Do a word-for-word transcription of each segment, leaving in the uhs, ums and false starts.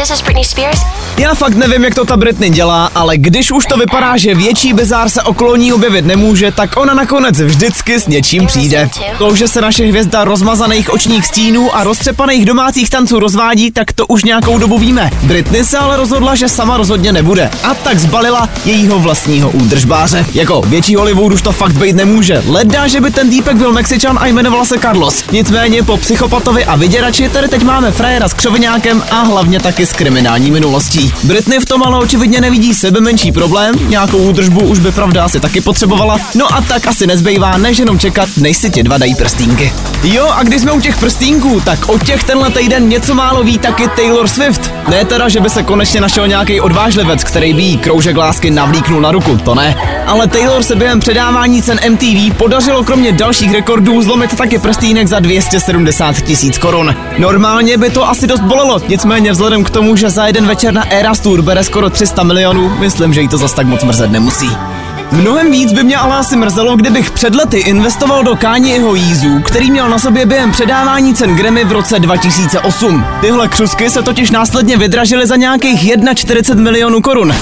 this is Britney Spears. Já fakt nevím, jak to ta Britney dělá, ale když už to vypadá, že větší bizár se okolo ní objevit nemůže, tak ona nakonec vždycky s něčím přijde. To, že se naše hvězda rozmazaných očních stínů a roztřepaných domácích tanců rozvádí, tak to už nějakou dobu víme. Britney se ale rozhodla, že sama rozhodně nebude, a tak zbalila jejího vlastního údržbáře. Jako větší Hollywood už to fakt být nemůže. Ledá, že by ten týpek byl Mexičan a jmenoval se Carlos. Nicméně po psychopatovi a vyděrači tady teď máme frajera s křoviňákem a hlavně taky s kriminální minulostí. Britney v tom ale očividně nevidí sebe menší problém, nějakou údržbu už by pravda asi taky potřebovala, no a tak asi nezbývá, než jenom čekat, než si ti dva dají prstínky. Jo, a když jsme u těch prstínků, tak od těch tenhle týden něco málo ví taky Taylor Swift. Ne teda, že by se konečně našel nějaký odvážlivec, který by jí kroužek lásky navlíknul na ruku, to ne. Ale Taylor se během předávání cen M T V podařilo kromě dalších rekordů zlomit taky prstínek za dvě stě sedmdesát tisíc korun. Normálně by to asi dost bolelo, nicméně vzhledem k tomu, že za jeden večer na Eras Tour bere skoro tři sta milionů, myslím, že jí to zas tak moc mrzet nemusí. Mnohem víc by mě ale asi mrzelo, kdybych před lety investoval do Kanyeho Yeezu, který měl na sobě během předávání cen Grammy v roce dva tisíce osm. Tyhle křusky se totiž následně vydražily za nějakých čtyřicet jedna milionů korun.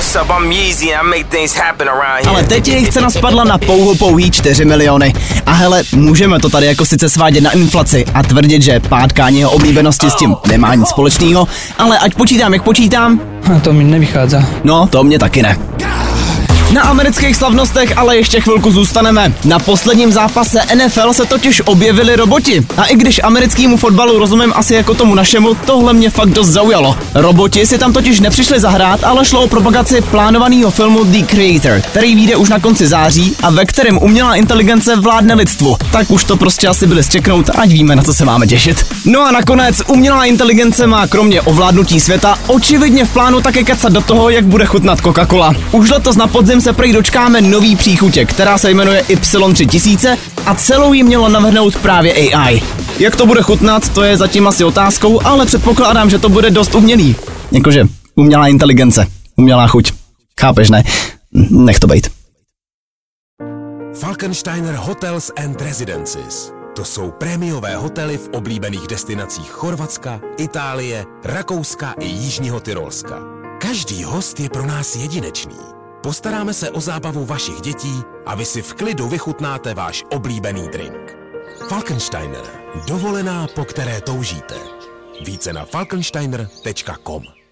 Ale teď jejich cena spadla na pouho pouhý čtyři miliony. A hele, můžeme to tady jako sice svádět na inflaci a tvrdit, že pád Kanyeho oblíbenosti s tím nemá nic společného, ale ať počítám, jak počítám... To mi nevychádza. No, to mě taky ne. Na amerických slavnostech ale ještě chvilku zůstaneme. Na posledním zápase N F L se totiž objevili roboti. A i když americkému fotbalu rozumím asi jako tomu našemu, tohle mě fakt dost zaujalo. Roboti si tam totiž nepřišli zahrát, ale šlo o propagaci plánovaného filmu The Creator, který vyjde už na konci září a ve kterém umělá inteligence vládne lidstvu. Tak už to prostě asi byli zčeknout, ať víme, na co se máme těšit. No a nakonec umělá inteligence má kromě ovládnutí světa očividně v plánu také kecat do toho, jak bude chutnat Coca-Cola. Už letos na podzim se prý dočkáme nový příchutě, která se jmenuje Y tři tisíce a celou jí mělo navrhnout právě A I. Jak to bude chutnat, to je zatím asi otázkou, ale předpokládám, že to bude dost umělý. Jakože umělá inteligence, umělá chuť. Chápeš, ne? Nech to bejt. Falkensteiner Hotels and Residences. To jsou prémiové hotely v oblíbených destinacích Chorvatska, Itálie, Rakouska i Jižního Tyrolska. Každý host je pro nás jedinečný. Postaráme se o zábavu vašich dětí a vy si v klidu vychutnáte váš oblíbený drink. Falkensteiner. Dovolená, po které toužíte. Více na falkensteiner tečka com.